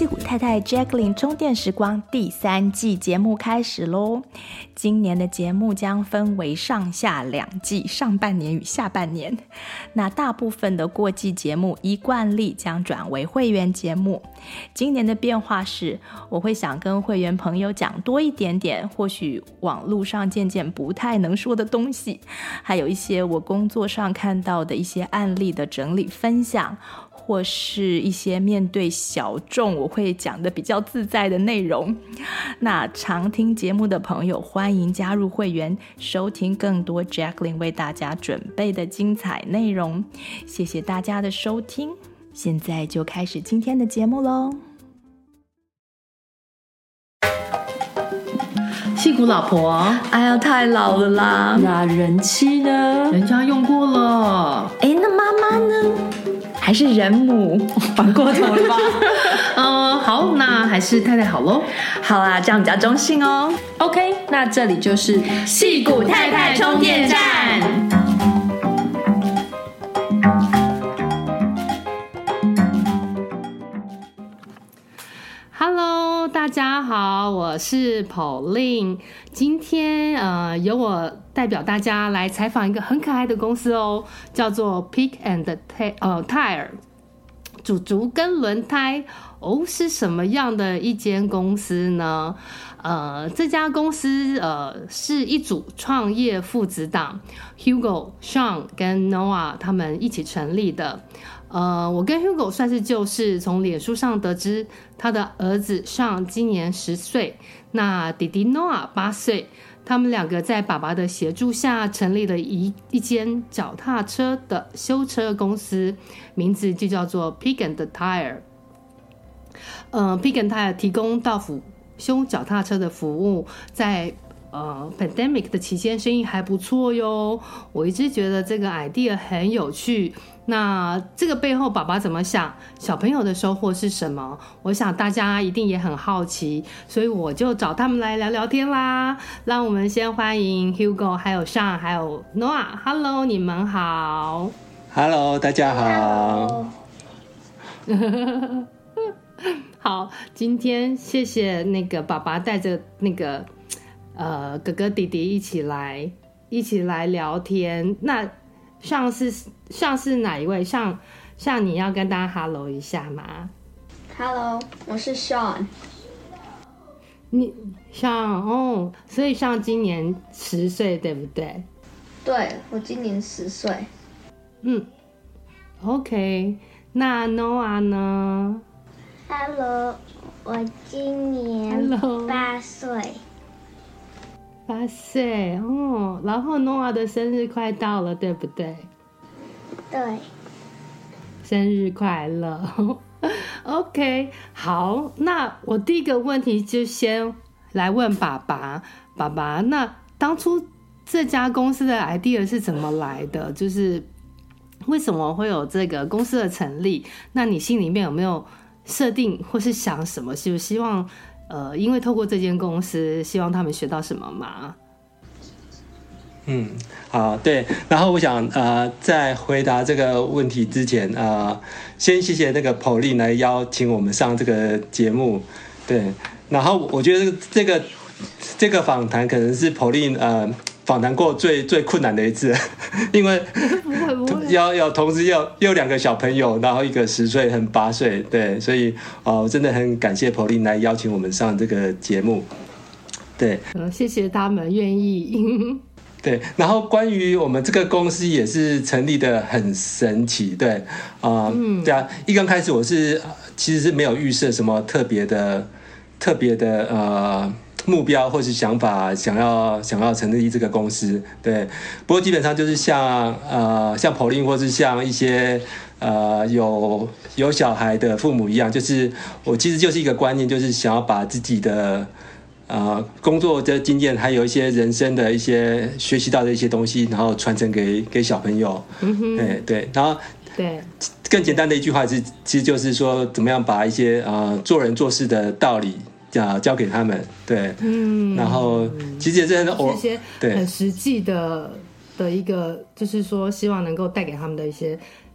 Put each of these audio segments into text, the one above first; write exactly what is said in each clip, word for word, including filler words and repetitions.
矽谷太太 Jacqueline 充电时光第三季节目开始咯。今年的节目将分为上下两季，上半年与下半年。那大部分的过季节目依惯例将转为会员节目。今年的变化是，我会想跟会员朋友讲多一点点或许网络上渐渐不太能说的东西，还有一些我工作上看到的一些案例的整理分享，或是一些面对小众我会讲的比较自在的内容。那常听节目的朋友欢迎加入会员，收听更多 Jacqueline 为大家准备的精彩内容。谢谢大家的收听，现在就开始今天的节目咯。 矽谷老婆， 哎呀，太老了啦。 那人妻呢？人家用过了。 哎，那妈妈呢？还是人母？反过头了吧？ 嗯，好，那还是太太好咯。 好啦，这样比较中性哦。 OK， 那这里就是矽谷太太充电站。Hello， 大家好，我是 Pauline。今天呃，由我代表大家来采访一个很可爱的公司哦，叫做 Pick and Tire， 主竹跟轮胎哦，是什么样的一间公司呢？呃，这家公司呃是一组创业父子档 ，Hugo、Sean 跟 Noah 他们一起成立的。呃，我跟 Hugo 算是就是从脸书上得知他的儿子Sean今年十岁，那弟弟 Noah 八岁，他们两个在爸爸的协助下成立了一一间脚踏车的修车公司，名字就叫做 Pick and Tire。呃 ，Pick and Tire 提供到府修脚踏车的服务，在呃 pandemic 的期间生意还不错哟。我一直觉得这个 idea 很有趣。那这个背后爸爸怎么想？小朋友的收获是什么？我想大家一定也很好奇，所以我就找他们来聊聊天啦。让我们先欢迎 Hugo 还有 Sean 还有 Noah。Hello， 你们好。 Hello， 大家好。 好，今天谢谢那个爸爸带着那个呃哥哥弟弟一起来一起来聊天。那上是上是哪一位？上上你要跟大家 hello 一下吗 ？Hello， 我是 Sean。 你上哦，所以上今年十岁对不对？ 对，我今年十岁。 嗯 ，OK。那 Noah 呢 ？Hello， 我今年八岁。 八岁哦，然后 Noah 的生日快到了，对不对？ 对。 生日快乐。OK， 好，那我第一个问题就先来问爸爸，爸爸，那当初这家公司的 idea 是怎么来的？就是为什么会有这个公司的成立？那你心里面有没有设定或是想什么？是不是希望？呃，因为透过这间公司，希望他们学到什么吗？ 嗯，好，对。然后我想，呃，在回答这个问题之前，呃，先谢谢那个 Pauline 来邀请我们上这个节目，对。然后我觉得这个这个访谈可能是 Pauline 呃访谈过最最困难的一次，因为要要同时要有两个小朋友，然后一个十岁和八岁，对，所以哦、呃，真的很感谢 Pauline 来邀请我们上这个节目，对， 嗯，谢谢他们愿意。 对，然后关于我们这个公司也是成立的很神奇，对，啊、呃嗯，对啊，一刚开始我是其实是没有预设什么特别的特别的呃。目标或是想法，想要想要成立这个公司，对。不过基本上就是像呃像 Pauline 或是像一些呃有有小孩的父母一样，就是我其实就是一个观念，就是想要把自己的呃工作的经验，还有一些人生的一些学习到的一些东西，然后传承给给小朋友。嗯哼，对对，然后对。 更简单的一句话是，其实就是说怎么样把一些呃做人做事的道理。啊，交给他们，对，嗯，然后其实也是很偶一些很实际的的一个，就是说希望能够带给他们的一些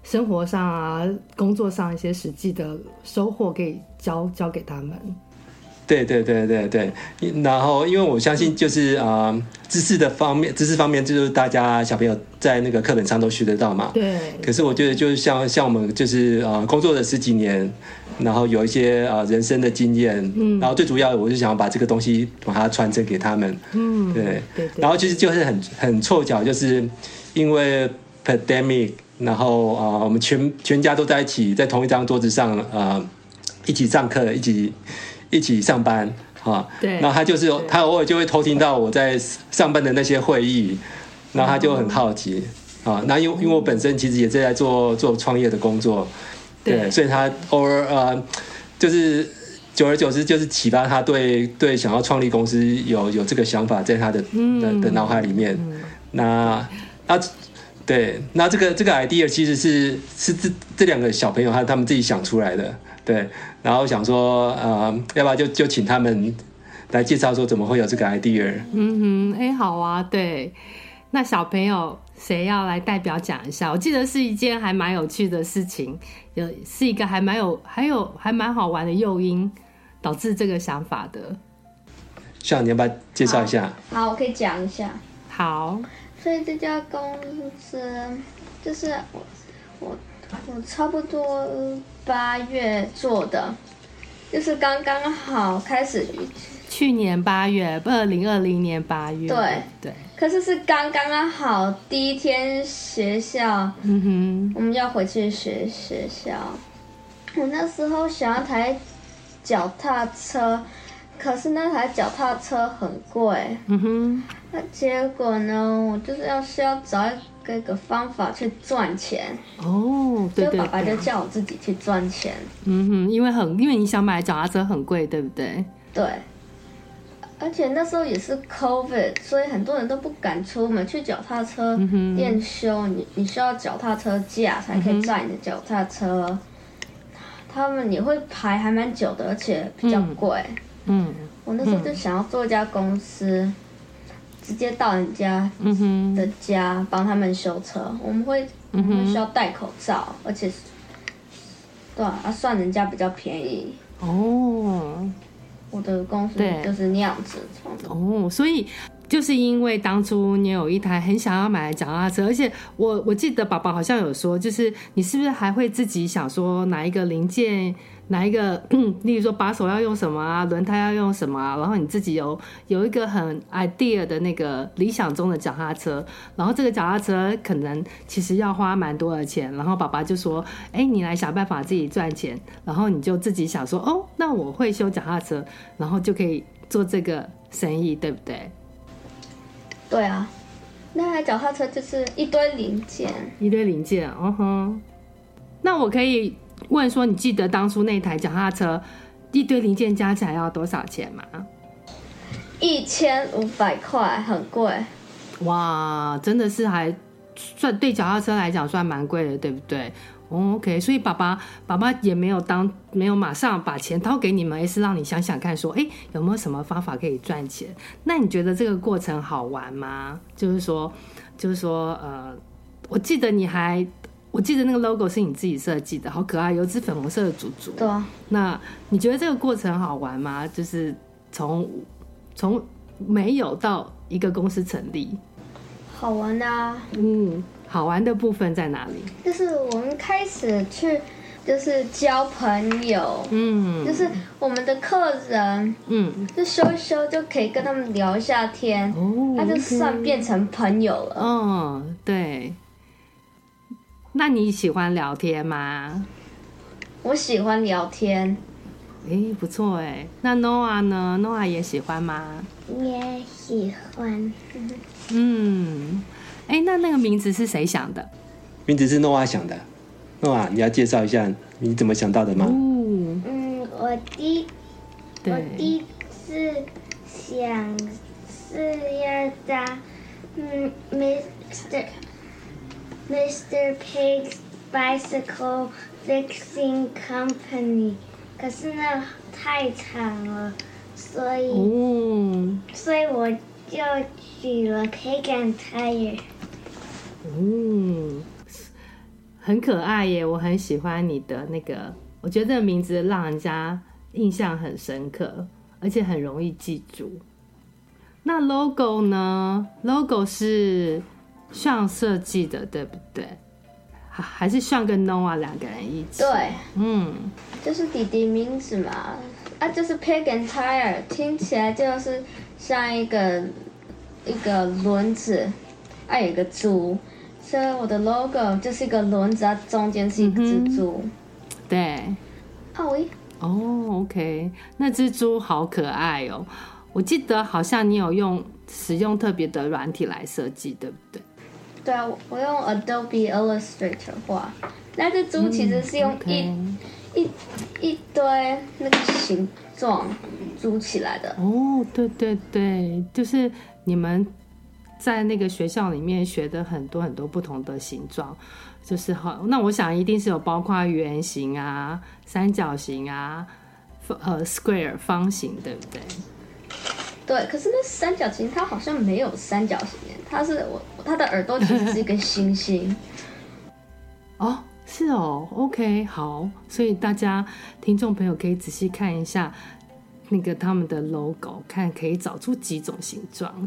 生活上啊、工作上一些实际的收获可以教教给他们。 对对对对对，然后因为我相信就是啊、呃，知识的方面，知识方面就是大家小朋友在那个课本上都学得到嘛。 对。 可是我觉得就是像像我们就是啊、呃、工作了十几年，然后有一些啊、呃、人生的经验，嗯，然后最主要我就想要把这个东西把它传承给他们，嗯，对对对。然后其实就是很很凑巧，就是因为 pandemic， 然后啊、呃、我们全全家都在一起，在同一张桌子上啊、呃、一起上课，一起。一起上班啊，对，然后他就是他偶尔就会偷听到我在上班的那些会议，然后他就很好奇啊。那因为因为我本身其实也是在做做创业的工作，对，对所以他偶尔呃，就是久而久之就是启发他对对想要创立公司有有这个想法在他的、嗯、的的脑海里面。嗯、那那对，那这个这个 idea 其实是是这这两个小朋友他他们自己想出来的。对，然后想说，呃，要不要就就请他们来介绍说怎么会有这个 idea？ 嗯哼，哎，好啊，对。那小朋友谁要来代表讲一下？我记得是一件还蛮有趣的事情，有是一个还蛮有还有还蛮好玩的诱因，导致这个想法的。 像你要不要介绍一下？ 好，好我可以讲一下。 好。 所以这家公司就是我我。我差不多八月做的，就是刚刚好开始。 去年八月，二零二零年八月。 对对。 可是是刚刚好第一天学校，嗯哼，我们要回去学学校。我那时候想要台脚踏车，可是那台脚踏车很贵，嗯哼。那结果呢，我就是要需要找一个一个方法去赚钱哦，对对对， 所以爸爸就叫我自己去赚钱。 嗯哼，因为很因为你想买脚踏车很贵，对不对？ 对，而且那时候也是 COVID， 所以很多人都不敢出门去脚踏车店修，嗯、你你需要脚踏车架才可以载你的脚踏车，嗯、他们也会排还蛮久的，而且比较贵。嗯，嗯我那时候就想要做一家公司。直接到人家的家帮他们修车，我们会我们会需要戴口罩，而且对啊，算人家比较便宜哦。我的公司就是那样子哦，所以就是因为当初你有一台很想要买的脚踏车，而且我我记得宝宝好像有说，就是你是不是还会自己想说哪一个零件？哪一个，例如说把手要用什么啊，轮胎要用什么啊，然后你自己有有一个很 idea 的那个理想中的脚踏车，然后这个脚踏车可能其实要花蛮多的钱，然后爸爸就说，哎，你来想办法自己赚钱，然后你就自己想说，哦，那我会修脚踏车，然后就可以做这个生意，对不对？ 对啊，那台脚踏车就是一堆零件， 一堆零件，哦哼，那我可以问说，你记得当初那台脚踏车一堆零件加起来要多少钱吗？ 一千五百块，很贵。 哇，真的是还算对脚踏车来讲算蛮贵的，对不对？哦 OK， 所以爸爸爸爸也没有当没有马上把钱掏给你们，而是让你想想看说，哎，有没有什么方法可以赚钱？那你觉得这个过程好玩吗？就是说，就是说，呃，我记得你还。我记得那个 logo 是你自己设计的，好可爱，有一只粉红色的猪猪。 对啊。 那你觉得这个过程好玩吗？就是从从没有到一个公司成立。 好玩啊。 嗯，好玩的部分在哪里？ 就是我们开始去，就是交朋友。嗯。就是我们的客人，嗯，就修一修就可以跟他们聊一下天，哦，他就算变成朋友了。 哦，对。那你喜欢聊天吗？ 我喜欢聊天。 哎，不错哎。那 Noah 呢 ？Noah 也喜欢吗？ 也喜欢。 嗯，哎，那那个名字是谁想的？ 名字是 Noah 想的。Noah，你要介绍一下你怎么想到的吗？ 嗯，我第我第一次想是要当嗯 Mister Mister Pig's Bicycle Fixing Company， 可是那太长了，所以、哦、所以我就取了 Pig and Tire。 哦， 很可爱耶，我很喜欢你的那个，我觉得这个名字让人家印象很深刻，而且很容易记住。那 logo 呢 ？logo 是Sean设计的，对不对？还是Sean跟 Noah 两个人一起？ 对， 嗯， 就是弟弟名字嘛，啊，就是 Pig and Tire， 听起来就是像一个一个轮子，啊，有一个猪，所以我的 logo 就是一个轮子，啊，中间是一只猪。嗯、 对。 啊喂。 哦 ，OK， 那只猪好可爱哦。我记得好像你有用使用特别的软体来设计，对不对？ 对啊，我用 Adobe Illustrator 画。那只猪其实是用一、嗯 okay、一一堆那个形状组起来的。 哦，对对对，就是你们在那个学校里面学的很多很多不同的形状，就是好。那我想一定是有包括圆形啊、三角形啊、呃 square 方形，对不对？ 对，可是那三角形它好像没有三角形，它是我它的耳朵其实是一个星星。 哦，是哦 ，OK， 好，所以大家听众朋友可以仔细看一下那个他们的 logo， 看可以找出几种形状。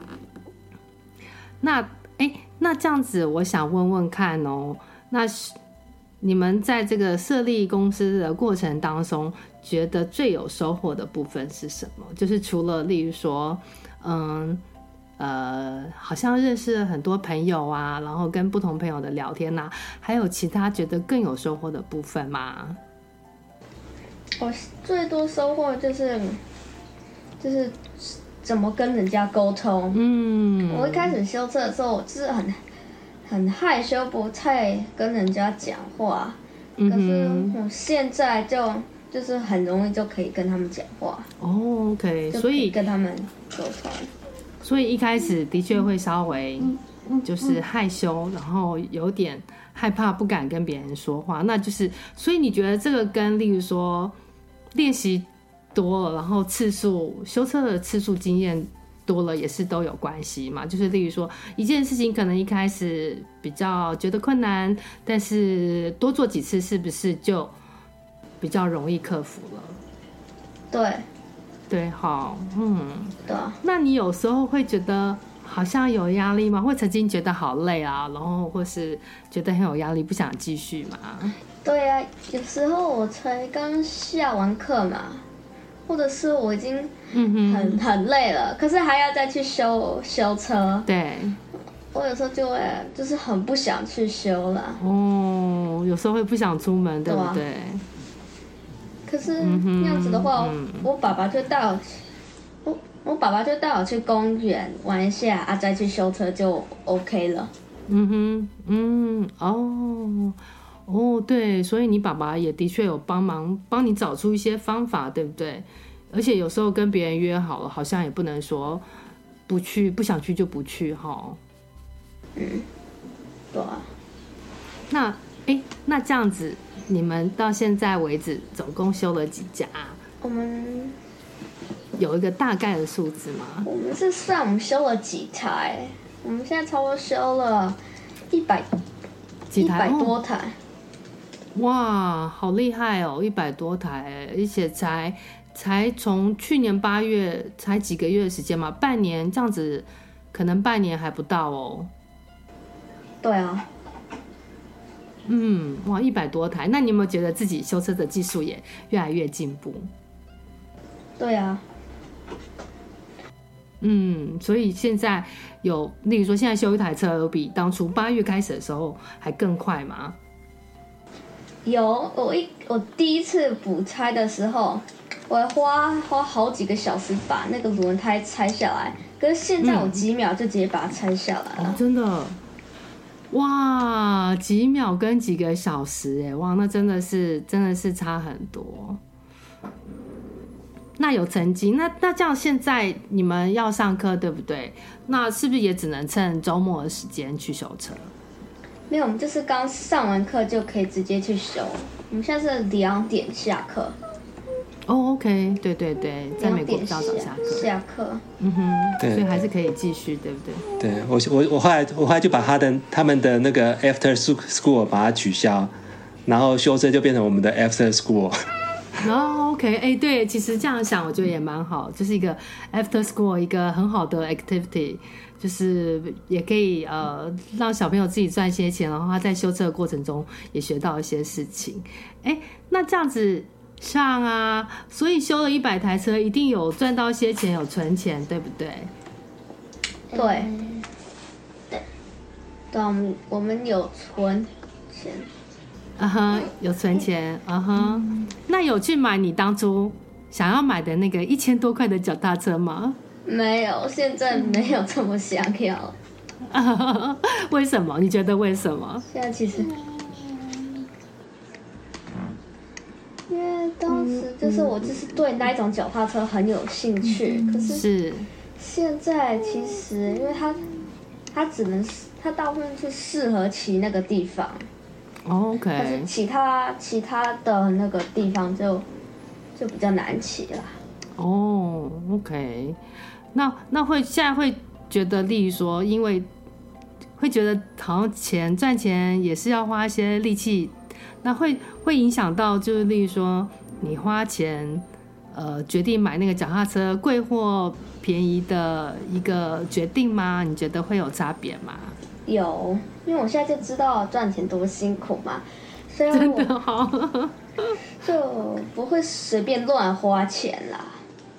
那哎，那这样子，我想问问看哦，那你们在这个设立公司的过程当中，觉得最有收获的部分是什么？就是除了例如说，嗯呃，好像认识了很多朋友啊，然后跟不同朋友的聊天啊，还有其他觉得更有收获的部分吗？ 我最多收获就是就是怎么跟人家沟通。嗯，我一开始修车的时候，我就是很很害羞，不太跟人家讲话。嗯、可是我现在就就是很容易就可以跟他们讲话。 哦 ，OK， 所以跟他们沟通。 所以一开始的确会稍微就是害羞，然后有点害怕，不敢跟别人说话。那就是，所以你觉得这个跟例如说练习多了，然后次数修车的次数经验多了，也是都有关系嘛？就是例如说一件事情可能一开始比较觉得困难，但是多做几次，是不是就比较容易克服了？ 对。 对，好，嗯， 对啊。 那你有时候会觉得好像有压力吗？或曾经觉得好累啊，然后或是觉得很有压力，不想继续吗？ 对啊，有时候我才刚下完课嘛，或者是我已经很、嗯、很累了，可是还要再去修修车。 对， 我有时候就会就是很不想去修了。 哦，有时候会不想出门，对不对？ 可是那样子的话，嗯、我爸爸就带我去，我我爸爸就带我去公园玩一下啊，再去修车就 OK 了。 嗯哼，嗯，哦，哦，对，所以你爸爸也的确有帮忙，帮你找出一些方法，对不对？而且有时候跟别人约好了，好像也不能说不去，不想去就不去，哈。 嗯，对啊。 那，哎，那这样子。你们到现在为止总共修了几家？ 我们有一个大概的数字吗？ 我们是算我们修了几台，我们现在差不多修了一百几台， 一百多台。 哦、哇，好厉害哦！一百多台，而且才才从去年八月才几个月的时间嘛，半年这样子，可能半年还不到哦。 对啊。 嗯，哇，一百多台，那你有没有觉得自己修车的技术也越来越进步？ 对啊。 嗯，所以现在有，例如说现在修一台车有比当初八月开始的时候还更快吗？ 有，我一我第一次补拆的时候，我花花好几个小时把那个轮胎拆下来，可是现在我几秒就直接把它拆下来了。 哦，真的。哇，几秒跟几个小时哎，哇，那真的是真的是差很多。那有成绩，那那这样现在你们要上课对不对？那是不是也只能趁周末的时间去修车？ 没有，我们就是刚上完课就可以直接去修。我们现在是两点下课。 哦 ，OK， 对对对，在美国比较早下课。 下课， 嗯哼， 对所以还是可以继续，对不对？ 对我我我后来我后来就把他的他们的那个 after school 把它取消，然后修车就变成我们的 after school。 哦、oh, ，OK， 哎，对，其实这样想，我觉得也蛮好，就是一个 after school 一个很好的 activity， 就是也可以呃让小朋友自己赚一些钱，然后他在修车的过程中也学到一些事情。哎，那这样子上啊，所以修了一百台车，一定有赚到一些钱，有存钱，对不对？ 对，对，对，我们我们有存钱。 啊哈，有存钱，啊哈，那有去买你当初想要买的那个一千多块的脚踏车吗？ 没有，现在没有这么想要。 为什么？你觉得为什么？ 现在其实，因为当时就是我就是对那一种脚踏车很有兴趣，可是是现在其实因为它它只能它大部分是适合骑那个地方。 OK， 但是其他其他的那个地方就就比较难骑啦。 哦、oh, ，OK， 那那会现在会觉得，例如说，因为会觉得好像钱赚钱也是要花一些力气，那会会影响到，就是例如说你花钱呃决定买那个脚踏车贵或便宜的一个决定吗？你觉得会有差别吗？ 有，因为我现在就知道赚钱多辛苦嘛，所以真的好， 就不会随便乱花钱啦。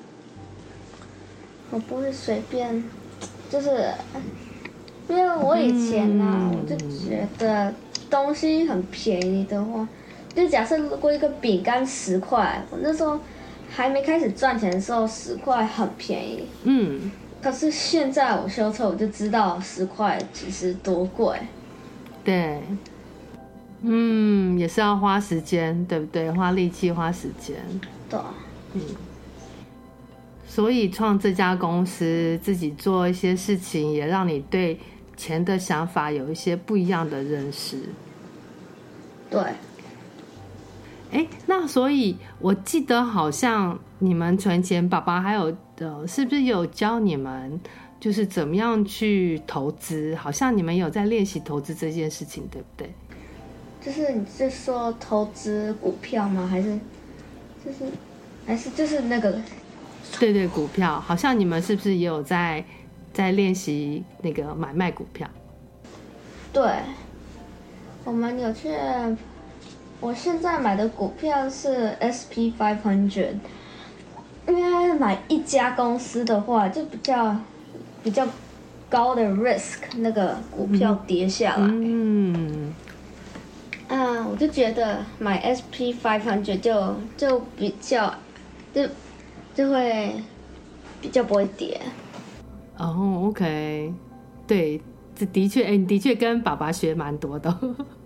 我不会随便，就是因为我以前啊，嗯、我就觉得东西很便宜的话，就假设如果一个饼干十块，我那时候还没开始赚钱的时候，十块很便宜。 嗯。 可是现在我修车，我就知道十块其实多贵。 对，嗯，也是要花时间，对不对？花力气，花时间。 对啊。 嗯。所以创这家公司，自己做一些事情，也让你对钱的想法有一些不一样的认识。 对。 哎，那所以我记得好像你们存钱，爸爸还有呃，是不是有教你们就是怎么样去投资？好像你们有在练习投资这件事情，对不对？ 就是你是说投资股票吗？还是就是还是就是那个？ 对对，股票，好像你们是不是也有在在练习那个买卖股票？ 对，我们有去。我现在买的股票是 S P 五百，因为买一家公司的话，就比较比较高的 risk， 那个股票跌下来。嗯。啊，我就觉得买 S P 五百 就就比较就就会比较不会跌。 哦 ，OK， 对，这的确，哎，你的确跟爸爸学蛮多的。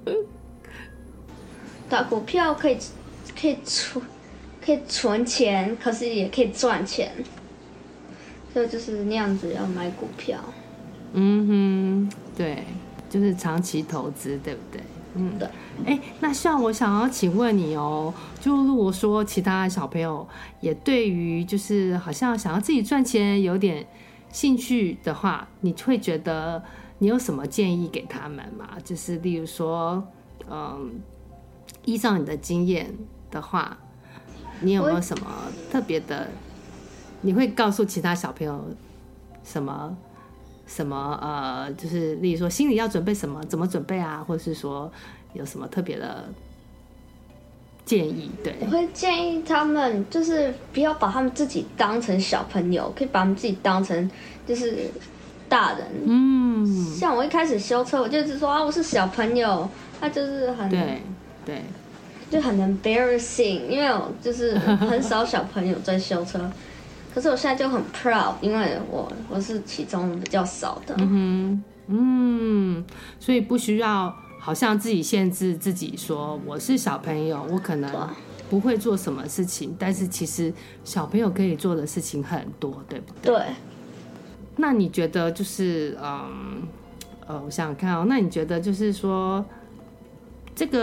打股票可以可以存可以存钱，可是也可以赚钱，所以就是那样子要买股票。 嗯哼，对，就是长期投资，对不对？嗯， 对。 哎，那像我想要请问你哦，就如果说其他小朋友也对于就是好像想要自己赚钱有点兴趣的话，你会觉得你有什么建议给他们吗？就是例如说，嗯。依照你的经验的话，你有没有什么特别的？你会告诉其他小朋友什么什么呃，就是例如说心里要准备什么，怎么准备啊，或是说有什么特别的建议？对， 我会建议他们就是不要把他们自己当成小朋友，可以把他们自己当成就是大人。嗯，像我一开始修车，我就是说啊，我是小朋友，他就是很对。对， 就很 embarrassing， 因为我就是很少小朋友在修车，可是我现在就很 proud， 因为我我是其中比较少的。嗯哼，嗯，所以不需要好像自己限制自己说我是小朋友，我可能不会做什么事情，但是其实小朋友可以做的事情很多，对不对？ 对。 那你觉得就是嗯呃，我想想看哦，那你觉得就是说这个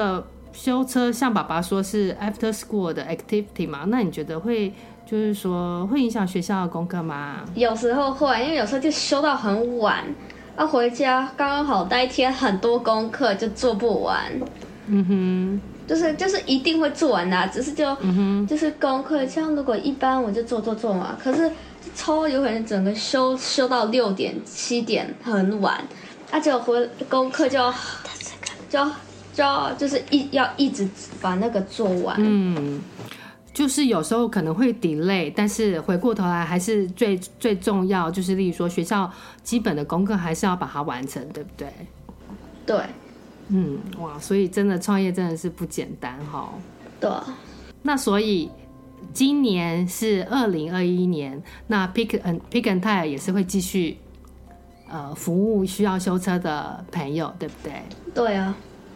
修车像爸爸说是 after school 的 activity 嘛，那你觉得会就是说会影响学校的功课吗？ 有时候会，因为有时候就修到很晚，要、啊、回家刚刚好那一天很多功课就做不完。 嗯哼， 就是就是一定会做完的、啊，只是就、嗯、哼就是功课，像如果一般我就做做做嘛，可是超有可能整个修修到六点七点很晚，啊，结果回功课就要就要就要就是一要一直把那个做完。 嗯，就是有时候可能会 delay， 但是回过头来还是最最重要，就是例如说学校基本的功课还是要把它完成，对不对？ 对。 嗯，哇，所以真的创业真的是不简单哈。 对。 那所以今年是二零二一年，那 Pick and Pick and Tire 也是会继续呃服务需要修车的朋友，对不对？ 对啊。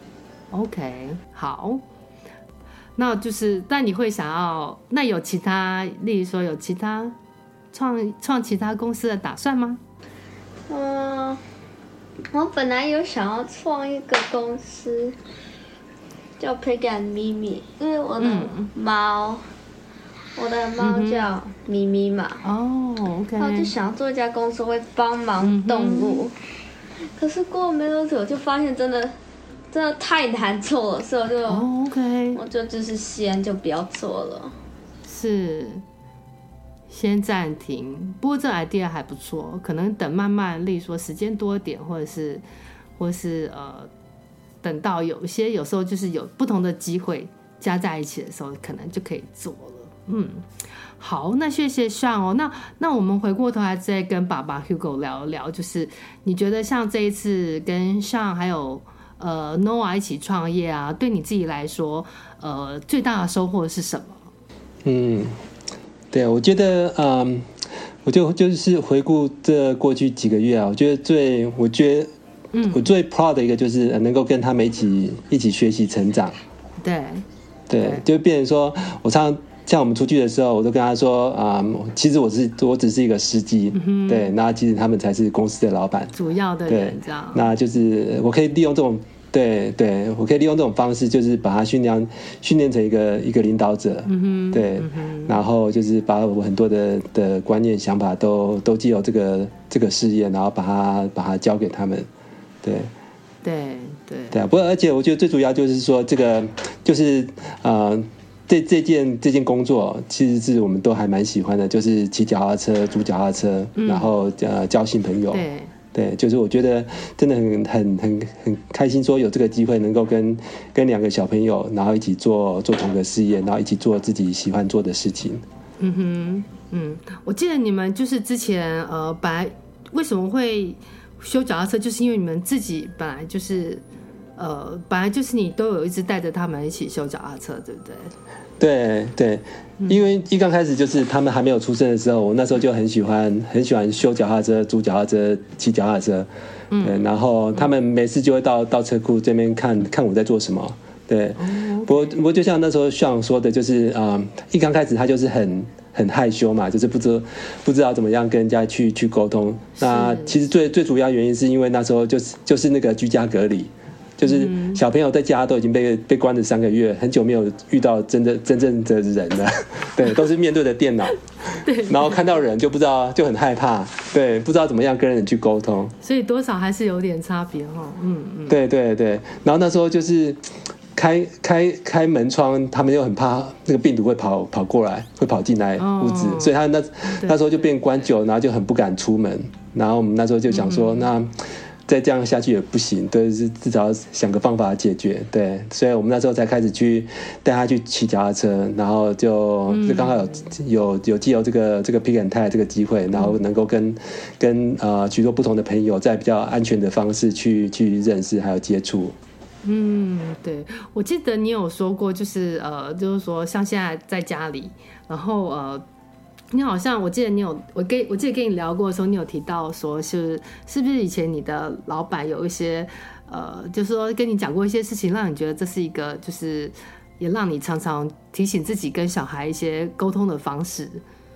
OK， 好。那就是，那你会想要，那有其他，例如说有其他创创其他公司的打算吗？ 嗯。我本来有想要创一个公司，叫 Pig and Mimi， 因为我的猫，嗯、我的猫叫咪咪嘛。 哦、嗯、，OK。 然后就想要做一家公司会帮忙动物，嗯、可是过没多久就发现真的真的太难做了，所以我就、 哦、OK， 我就就是先就不要做了。 是。先暂停，不过这 idea 还不错，可能等慢慢，例如说时间多一点，或者是，或是呃，等到有一些有时候就是有不同的机会加在一起的时候，可能就可以做了。嗯，好，那谢谢 Sean 哦。那那我们回过头来再跟爸爸 Hugo 聊一聊，就是你觉得像这一次跟 Sean 还有呃 Noah 一起创业啊，对你自己来说，呃，最大的收获是什么？ 嗯。对，我觉得，嗯，我就就是回顾这过去几个月啊，我觉得最，我觉得，嗯，我最 proud 的一个就是能够跟他们一起一起学习成长。 对， 对，就变成说，我常常像我们出去的时候，我都跟他说，啊、嗯，其实我是我只是一个司机，嗯、对，那其实他们才是公司的老板， 主要的人，这样， 那就是我可以利用这种。对对，我可以利用这种方式，就是把他训练训练成一个一个领导者，嗯哼，对，嗯哼，然后就是把我很多的的观念想法都都藉由这个这个事业，然后把它把它交给他们，对， 对对对啊，不过而且我觉得最主要就是说这个就是呃这这件这件工作其实是我们都还蛮喜欢的，就是骑脚踏车、租脚踏车，嗯、然后呃交新朋友， 对。 对，就是我觉得真的很很很很开心，说有这个机会能够跟跟两个小朋友，然后一起做做同个事业，然后一起做自己喜欢做的事情。 嗯哼，嗯，我记得你们就是之前呃，本来为什么会修脚踏车，就是因为你们自己本来就是呃，本来就是你都有一直带着他们一起修脚踏车，对不对？ 对对，因为一刚开始就是他们还没有出生的时候，我那时候就很喜欢很喜欢修脚踏车、租脚踏车、骑脚踏车，嗯，对，然后他们每次就会到到车库这边看看我在做什么，对，哦、不过不过就像那时候Sean说的，就是啊、呃，一刚开始他就是很很害羞嘛，就是不知不知道怎么样跟人家去去沟通。那其实最最主要原因是因为那时候就是就是那个居家隔离。就是小朋友在家都已经被被关了三个月，很久没有遇到真的真正的人了，对，都是面对着电脑，对，然后看到人就不知道就很害怕，对，不知道怎么样跟人去沟通， 所以多少还是有点差别哈，嗯嗯， 对对对，然后那时候就是开开开门窗，他们又很怕那个病毒会跑跑过来，会跑进来屋子，哦、所以他那那时候就变关久，然后就很不敢出门，然后我们那时候就想说，嗯、那。再这样下去也不行，对，是至少要想个方法解决，对，所以我们那时候才开始去带他去骑脚踏车，然后就、嗯、就刚好有有有藉由这个这个 Pick and Tire 这个机会，然后能够跟跟呃许多不同的朋友在比较安全的方式去去认识还有接触。 嗯，对，我记得你有说过，就是呃，就是说像现在在家里，然后呃。你好像我记得你有我跟我记得跟你聊过的时候，你有提到说是是不是以前你的老板有一些呃，就是说跟你讲过一些事情，让你觉得这是一个就是也让你常常提醒自己跟小孩一些沟通的方式。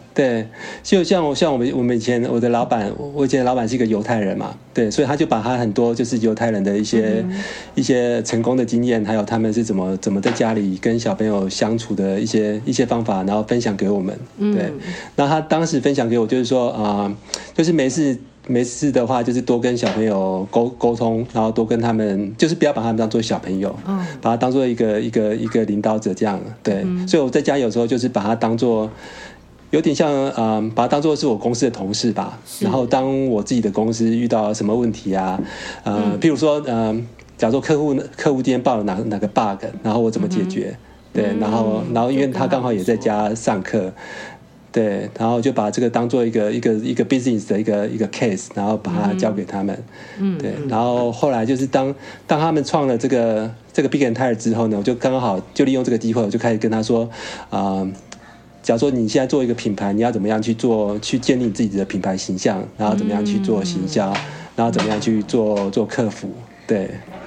对，就像我像我们我们以前我的老板，我以前的老板是一个犹太人嘛，对，所以他就把他很多就是犹太人的一些、嗯、一些成功的经验，还有他们是怎么怎么在家里跟小朋友相处的一些一些方法，然后分享给我们。对，嗯、然后他当时分享给我就是说啊、呃，就是没事。没事的话，就是多跟小朋友沟沟通，然后多跟他们，就是不要把他们当做小朋友，嗯、把他当做一个一个一个领导者这样。对，嗯、所以我在家有时候就是把他当做，有点像嗯、呃，把他当做是我公司的同事吧。然后当我自己的公司遇到什么问题啊，呃，嗯、譬如说呃，假如说客户客户今天报了哪哪个 bug， 然后我怎么解决？嗯、对，然后然后因为他刚好也在家上课。对，然后就把这个当做一个一个一个 business 的一个一个 case， 然后把它交给他们。嗯，对，然后后来就是当当他们创了这个这个 Pick and Tire 之后呢，我就刚好就利用这个机会，我就开始跟他说，啊、呃，假如说你现在做一个品牌，你要怎么样去做，去建立你自己的品牌形象，然后怎么样去做行销，嗯、然后怎么样去做做客服，对，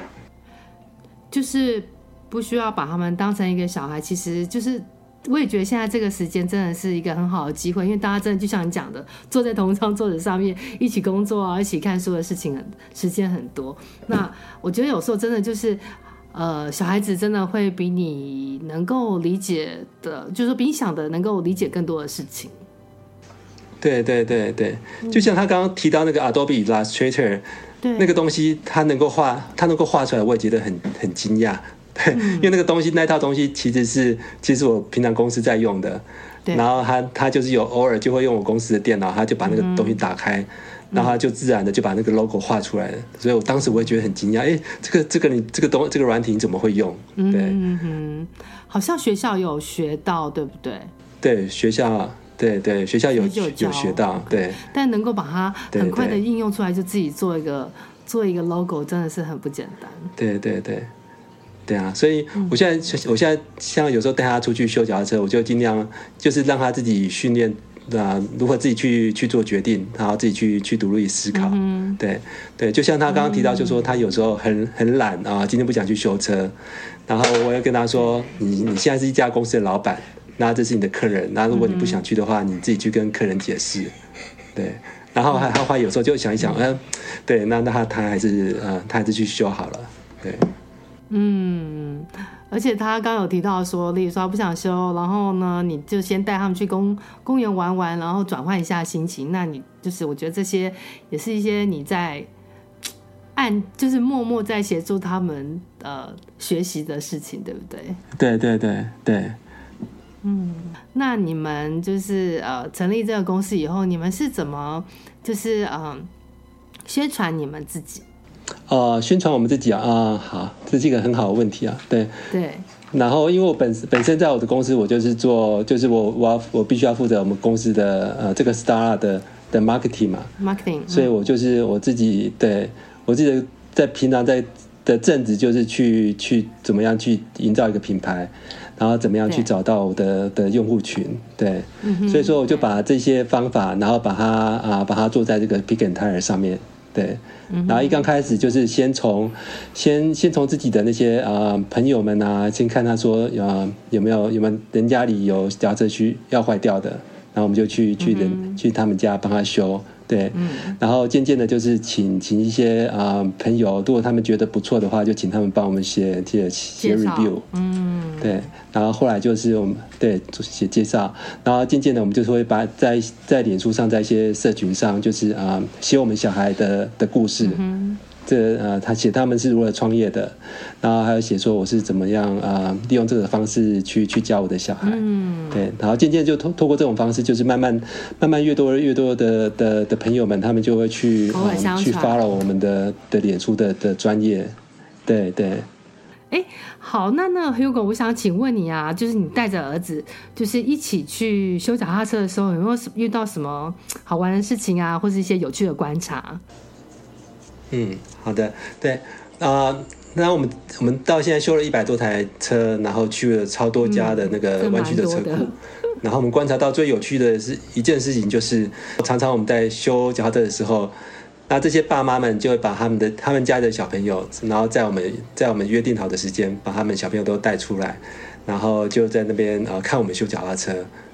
就是不需要把他们当成一个小孩，其实就是。我也觉得现在这个时间真的是一个很好的机会，因为大家真的就像你讲的，坐在同一张桌子上面一起工作啊，一起看书的事情很时间很多。那我觉得有时候真的就是，呃，小孩子真的会比你能够理解的，就是说比你想的能够理解更多的事情。 对对对对，就像他刚刚提到那个 Adobe Illustrator， 对那个东西，他能够画，他能够画出来，我也觉得很很惊讶。对，因为那个东西，那套东西其实是，其实我平常公司在用的，然后他他就是有偶尔就会用我公司的电脑，他就把那个东西打开，嗯、然后他就自然的就把那个 logo 画出来了，所以我当时我也觉得很惊讶，哎，这个这个你这个东这个软体你怎么会用？对， 嗯哼，好像学校有学到，对不对？ 对，学校。对对，学校有有学到，对， 但能够把它很快的应用出来，就自己做一个做一个 logo， 真的是很不简单。 对对对。对啊，所以我现在、嗯、我现在像有时候带他出去修脚踏车，我就尽量就是让他自己训练啊，如何自己去去做决定，然后自己去去独立思考。嗯、对对，就像他刚刚提到，就说他有时候很很懒啊，今天不想去修车，然后我要跟他说，你你现在是一家公司的老板，那这是你的客人，那如果你不想去的话，你自己去跟客人解释。对，然后还他后来有时候就想一想，嗯、呃，对，那那他他还是呃他还是去修好了，对。 嗯，而且他刚有提到说，例如说他不想修，然后呢，你就先带他们去公公园玩玩，然后转换一下心情。那你就是我觉得这些也是一些你在按就是默默在协助他们呃学习的事情，对不对？ 对对对对。 嗯，那你们就是呃成立这个公司以后，你们是怎么就是嗯、呃、宣传你们自己？ 呃，宣传我们自己啊，啊，好，这是一个很好的问题啊，对对。 然后，因为我本本身在我的公司，我就是做，就是我我要我必须要负责我们公司的呃这个 startup 的的 marketing 嘛 ，marketing， 所以我就是我自己，对我自己的在平常在的正职就是去去怎么样去营造一个品牌，然后怎么样去找到我的的用户群，对，嗯、所以说我就把这些方法，然后把它啊把它做在这个 Pick and Tire 上面。对，然后一刚开始就是先从先先从自己的那些啊、呃、朋友们啊，先看他说啊有没有有没有人家里有脚踏车需要坏掉的，然后我们就去去人、嗯、去他们家帮他修，对，嗯、然后渐渐的就是请请一些啊、呃、朋友，如果他们觉得不错的话，就请他们帮我们写写写 review， 嗯，对，然后后来就是我们对写介绍，然后渐渐的我们就是会把在在脸书上，在一些社群上，就是啊、呃、写我们小孩的的故事。嗯这呃，他写他们是如何创业的，然后还有写说我是怎么样啊、呃，利用这个方式去去教我的小孩，嗯，对，然后渐渐就透透过这种方式，就是慢慢慢慢越多越多的的的朋友们，他们就会去、呃、去 follow 我们的的脸书的的专业，对对。 哎，好，那那 Hugo， 我想请问你啊，就是你带着儿子，就是一起去修脚踏车的时候，有没有遇到什么好玩的事情啊，或是一些有趣的观察？ 嗯，好的，对，啊、呃，那我们我们到现在修了一百多台车，然后去了超多家的那个湾区的车库，嗯、然后我们观察到最有趣的是一件事情，就是常常我们在修脚踏车的时候，那这些爸妈们就会把他们的他们家的小朋友，然后在我们在我们约定好的时间，把他们小朋友都带出来，然后就在那边呃看我们修脚踏车。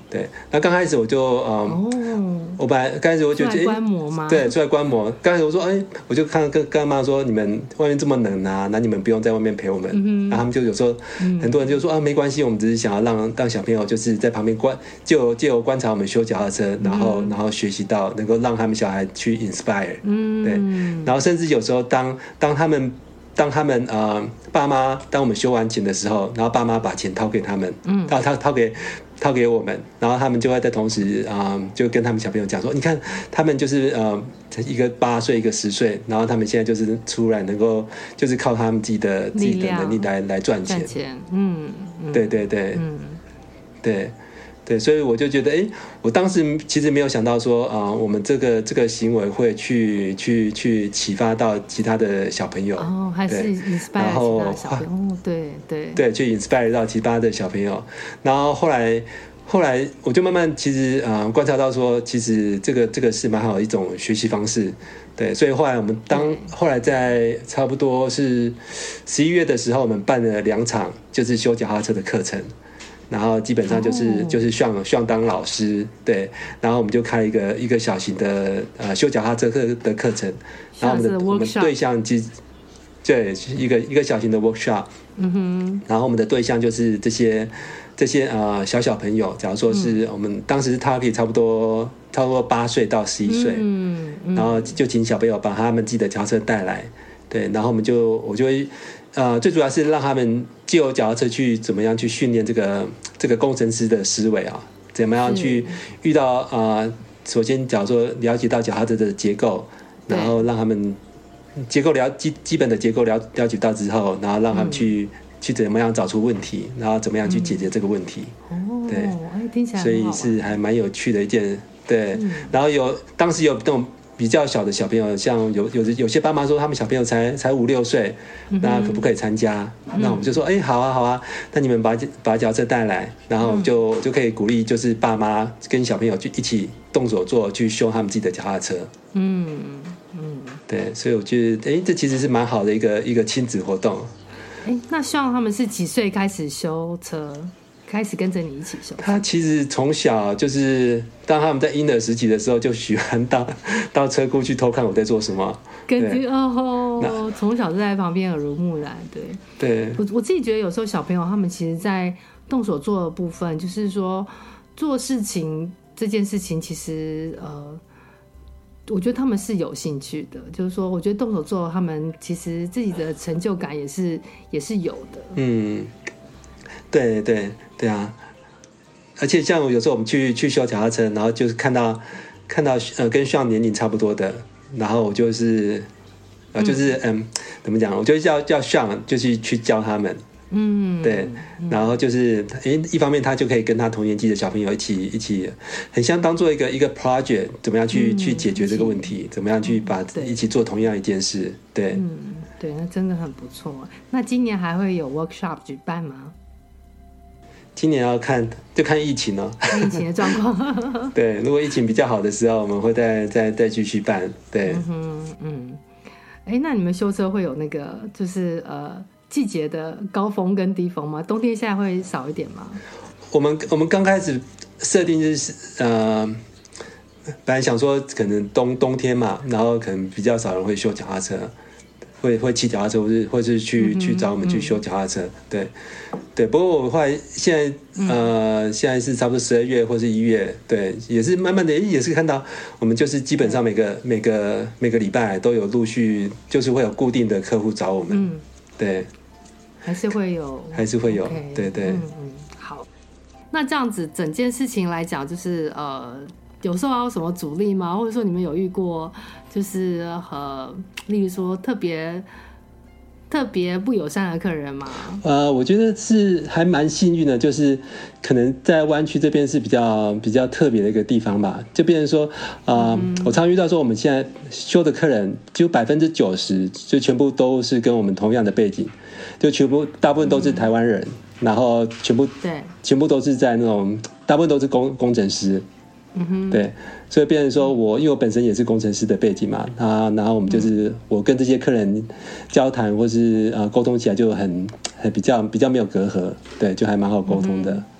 对，那刚开始我就嗯，哦、我本来刚开始我就觉得观摩吗？ 对，出来观摩。刚开始我说，哎，我就看跟跟妈说，你们外面这么冷啊，那你们不用在外面陪我们。嗯、然后他们就有时候、嗯、很多人就说啊，没关系，我们只是想要让让小朋友就是在旁边观，就借由观察我们修脚踏车，然后、嗯、然后学习到能够让他们小孩去 inspire。嗯，对。然后甚至有时候当当他们。当他们呃爸妈当我们修完琴的时候，然后爸妈把钱掏给他们，嗯，掏掏掏给掏给我们，然后他们就会在同时啊、呃，就跟他们小朋友讲说，你看他们就是呃一个八岁一个十岁，然后他们现在就是出来能够就是靠他们自己的自己的能力来来赚钱， 赚钱，嗯，嗯对对对，嗯，对。对，所以我就觉得，哎，我当时其实没有想到说，啊、呃，我们这个这个行为会去去去启发到其他的小朋友， 哦，还是 inspire 其他小朋友，对对对，去 inspire 到其他的小朋友。然后后来后来我就慢慢其实啊、呃、观察到说，其实这个这个是蛮好的一种学习方式。对，所以后来我们当后来在差不多是十一月的时候，我们办了两场就是修脚踏车的课程。然后基本上就是、oh. 就是像像当老师，对，然后我们就开一个一个小型的呃修脚踏车课的课程，然后我们的我们对象即对一个一个小型的 workshop， 嗯哼，然后我们的对象就是这些这些呃小小朋友，假如说是我们当时他可以差不多差不多八岁到十一岁，嗯，然后就请小朋友把他们自己的脚踏车带来，对，然后我们就我就会。呃，最主要是让他们借由脚踏车去怎么样去训练这个这个工程师的思维啊，怎么样去遇到呃，首先假如说了解到脚踏车的结构，然后让他们结构了基基本的结构了了解到之后，然后让他们去、嗯、去怎么样找出问题，然后怎么样去解决这个问题。 哦， 对， 听起来所以是还蛮有趣的一件对、嗯。然后有当时有那种。比较小的小朋友，像有有有些爸妈说他们小朋友才才五六岁，那可不可以参加？嗯、那我们就说，哎、欸，好啊，好啊，那你们把把脚踏车带来，然后就、嗯、就可以鼓励，就是爸妈跟小朋友去一起动手做，去修他们自己的脚踏车。嗯嗯，对，所以我觉得，哎、欸，这其实是蛮好的一个一个亲子活动。 哎、欸，那像他们是几岁开始修车？开始跟着你一起修。 他其实从小就是当他们在婴儿时期的时候，就喜欢到到车库去偷看我在做什么。 跟着哦，从小就在旁边耳濡目染。对对， 我我自己觉得有时候小朋友他们其实，在动手做的部分，就是说做事情这件事情，其实呃，我觉得他们是有兴趣的。就是说，我觉得动手做，他们其实自己的成就感也是也是有的。 嗯。对对对啊，而且像有时候我们去去修脚踏车，然后就是看到看到呃跟像年龄差不多的，然后我就是呃就是嗯, 嗯怎么讲，我就叫叫像就是去教他们，嗯对，然后就是诶一方面他就可以跟他同年纪的小朋友一起一起，很像当做一个一个 project， 怎么样去、嗯、去解决这个问题，怎么样去把、嗯、一起做同样一件事，对， 嗯对，那真的很不错。那今年还会有 workshop 举办吗？ 今年要看就看疫情哦， 疫情的状况。 对，如果疫情比较好的时候，我们会再再再继续办。对， 嗯哼嗯，哎，那你们修车会有那个就是呃季节的高峰跟低峰吗？冬天现在会少一点吗？ 我们我们刚开始设定就是呃，本来想说可能冬冬天嘛，然后可能比较少人会修脚踏车。会会骑脚踏车，或是或是去、嗯、去找我们去修脚踏车，对对。不过我后来现在、嗯、呃现在是差不多十二月或是一月，对，也是慢慢的也是看到我们就是基本上每个每个每个礼拜都有陆续就是会有固定的客户找我们，嗯、对， 还是会有， 还是会有， okay, 对对。 嗯嗯，好。那这样子整件事情来讲，就是呃。有受到什么阻力吗？或者说你们有遇过，就是呃，例如说特别特别不友善的客人吗？ 呃，我觉得是还蛮幸运的，就是可能在湾区这边是比较比较特别的一个地方吧。就变成说，呃，嗯、我常遇到说，我们现在修的客人，几乎百分之九十就全部都是跟我们同样的背景，就全部大部分都是台湾人，嗯、然后全部对， 全部都是在那种大部分都是工工程师。嗯哼，对，所以变成说我因为我本身也是工程师的背景嘛，啊，然后我们就是、嗯、我跟这些客人交谈或是呃沟通起来就很很比较比较没有隔阂，对，就还蛮好沟通的，嗯、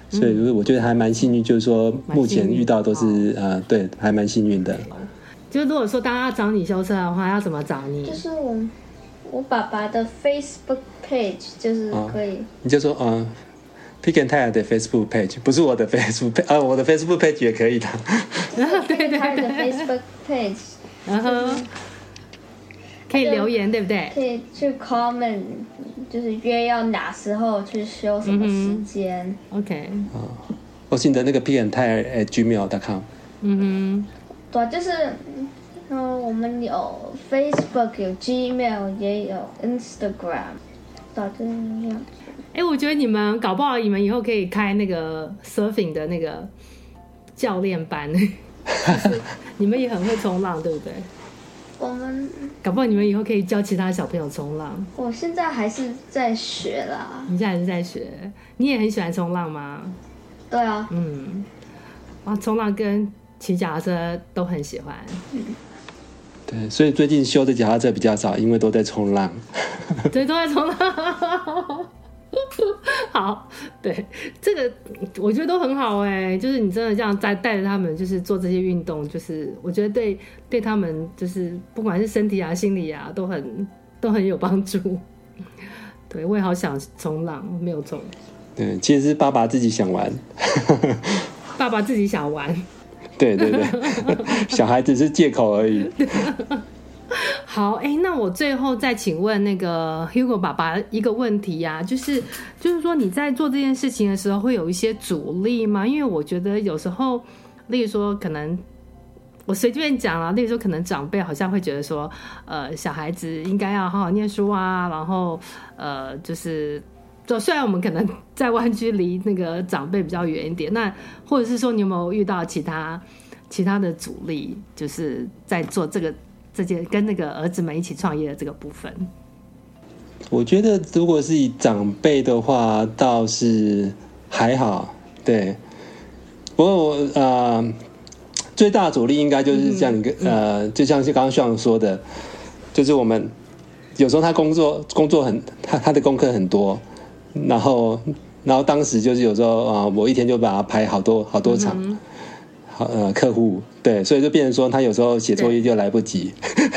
所以我觉得还蛮幸运，就是说目前遇到都是、哦、呃，对，还蛮幸运的。 就如果说大家要找你修车的话，要怎么找你？ 就是我我爸爸的 Facebook page， 就是可以，哦、 你就说呃 Pick and Tire 的 Facebook page， 不是我的 Facebook page， 呃，我的 Facebook page 也可以的。 对对对，他的 Facebook page， 然后可以留言，对不对？ 可以去 comment， 就是约要哪时候去修，什么时间。 嗯、OK。 哦，或是你的那个 Pick and Tire at gmail dot com。 嗯哼。 对，就是嗯，我们有 Facebook， 有 Gmail， 也有 Instagram， 对，就是这样。 哎，我觉得你们搞不好你们以后可以开那个 surfing 的那个教练班，就是你们也很会冲浪，对不对？ 我们搞不好你们以后可以教其他小朋友冲浪。 我现在还是在学啦。 你现在还是在学？你也很喜欢冲浪吗？ 对啊。 嗯，哇，冲浪跟骑脚踏车都很喜欢。 嗯。 对，所以最近修的脚踏车比较少，因为都在冲浪。 对，都在冲浪。好，对，这个我觉得都很好哎、欸，就是你真的这样带带着他们，就是做这些运动，就是我觉得对对他们就是不管是身体啊、心理啊，都很都很有帮助。对，我也好想冲浪，没有冲。 对，其实是爸爸自己想玩。 爸爸自己想玩。 对对对，小孩子是借口而已。 好，哎，那我最后再请问那个 Hugo 爸爸一个问题呀、啊，就是就是说你在做这件事情的时候会有一些阻力吗？因为我觉得有时候，例如说可能我随便讲啊，例如说可能长辈好像会觉得说，呃，小孩子应该要好好念书啊，然后呃，就是虽然我们可能在湾区离那个长辈比较远一点，那或者是说你有没有遇到其他其他的阻力，就是在做这个。这件跟那个儿子们一起创业的这个部分， 我觉得如果是以长辈的话，倒是还好。对，不过我呃最大的阻力应该就是像你、嗯、呃，就像是刚刚Sean说的，就是我们有时候他工作工作很他他的功课很多，然后然后当时就是有时候啊、呃，我一天就把他排好多好多场。嗯呃，客户对，所以就变成说他有时候写作业就来不及，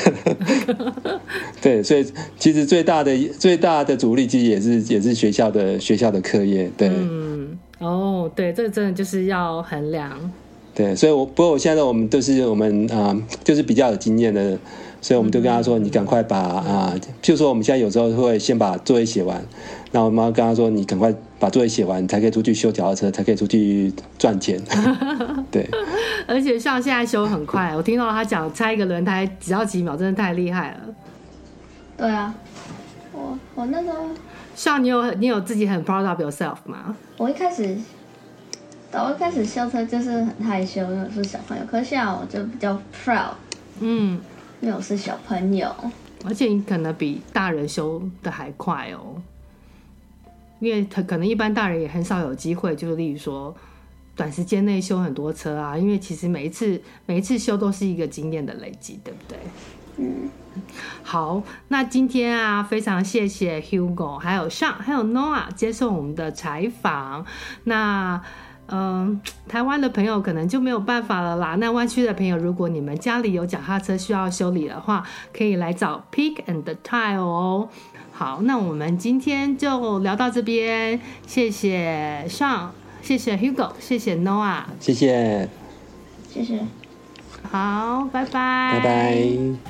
对，所以其实最大的最大的阻力其实也是也是学校的学校的课业，对， 嗯，哦，对，这个真的就是要衡量， 对，所以我不过我现在我们都是我们啊、呃，就是比较有经验的，所以我们就跟他说，你赶快把啊、呃，譬如说我们现在有时候会先把作业写完，然后我们要跟他说，你赶快把作业写完，才可以出去修脚踏车，才可以出去赚钱。对， 而且像现在修很快，我听到他讲拆一个轮胎只要几秒，真的太厉害了。 对啊，我我那时候像你有你有自己很 proud of yourself 吗？ 我一开始，我一开始修车就是很害羞，因为我是小朋友，可是现在我就比较 proud， 嗯，因为我是小朋友， 而且你可能比大人修的还快哦。因为可能一般大人也很少有机会，就是例如说短时间内修很多车啊，因为其实每一次每一次修都是一个经验的累积，对不对？嗯，好，那今天啊，非常谢谢 Hugo 还有 Sean 还有 Noah 接受我们的采访。那嗯、呃，台湾的朋友可能就没有办法了啦。那湾区的朋友，如果你们家里有脚踏车需要修理的话，可以来找 Pick and Tire 哦。好，那我们今天就聊到这边，谢谢 Sean， 谢谢 Hugo， 谢谢 Noah， 谢谢， 谢谢， 好，拜拜， 拜拜。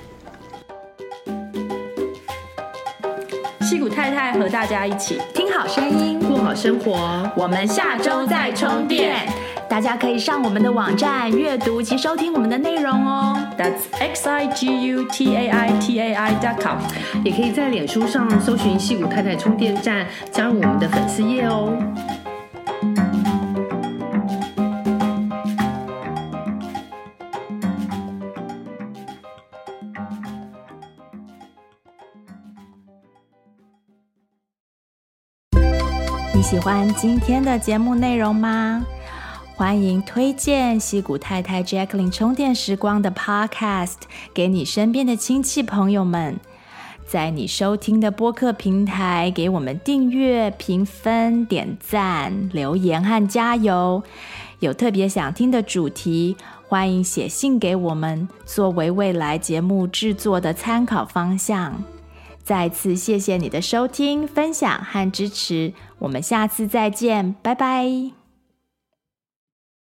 矽谷太太和大家一起听好声音， 过好生活， 我们下周再充电。大家可以上我们的网站阅读及收听我们的内容哦。That's x i g u t a i t a i dot com， 也可以在脸书上搜寻矽谷太太充电站，加入我们的粉丝页哦。 你喜欢今天的节目内容吗？欢迎推荐矽谷太太 Jacqueline 充电时光的 Podcast 给你身边的亲戚朋友们。 在你收听的播客平台给我们订阅、评分、点赞、留言和加油。有特别想听的主题，欢迎写信给我们，作为未来节目制作的参考方向。再次谢谢你的收听、分享和支持，我们下次再见，拜拜。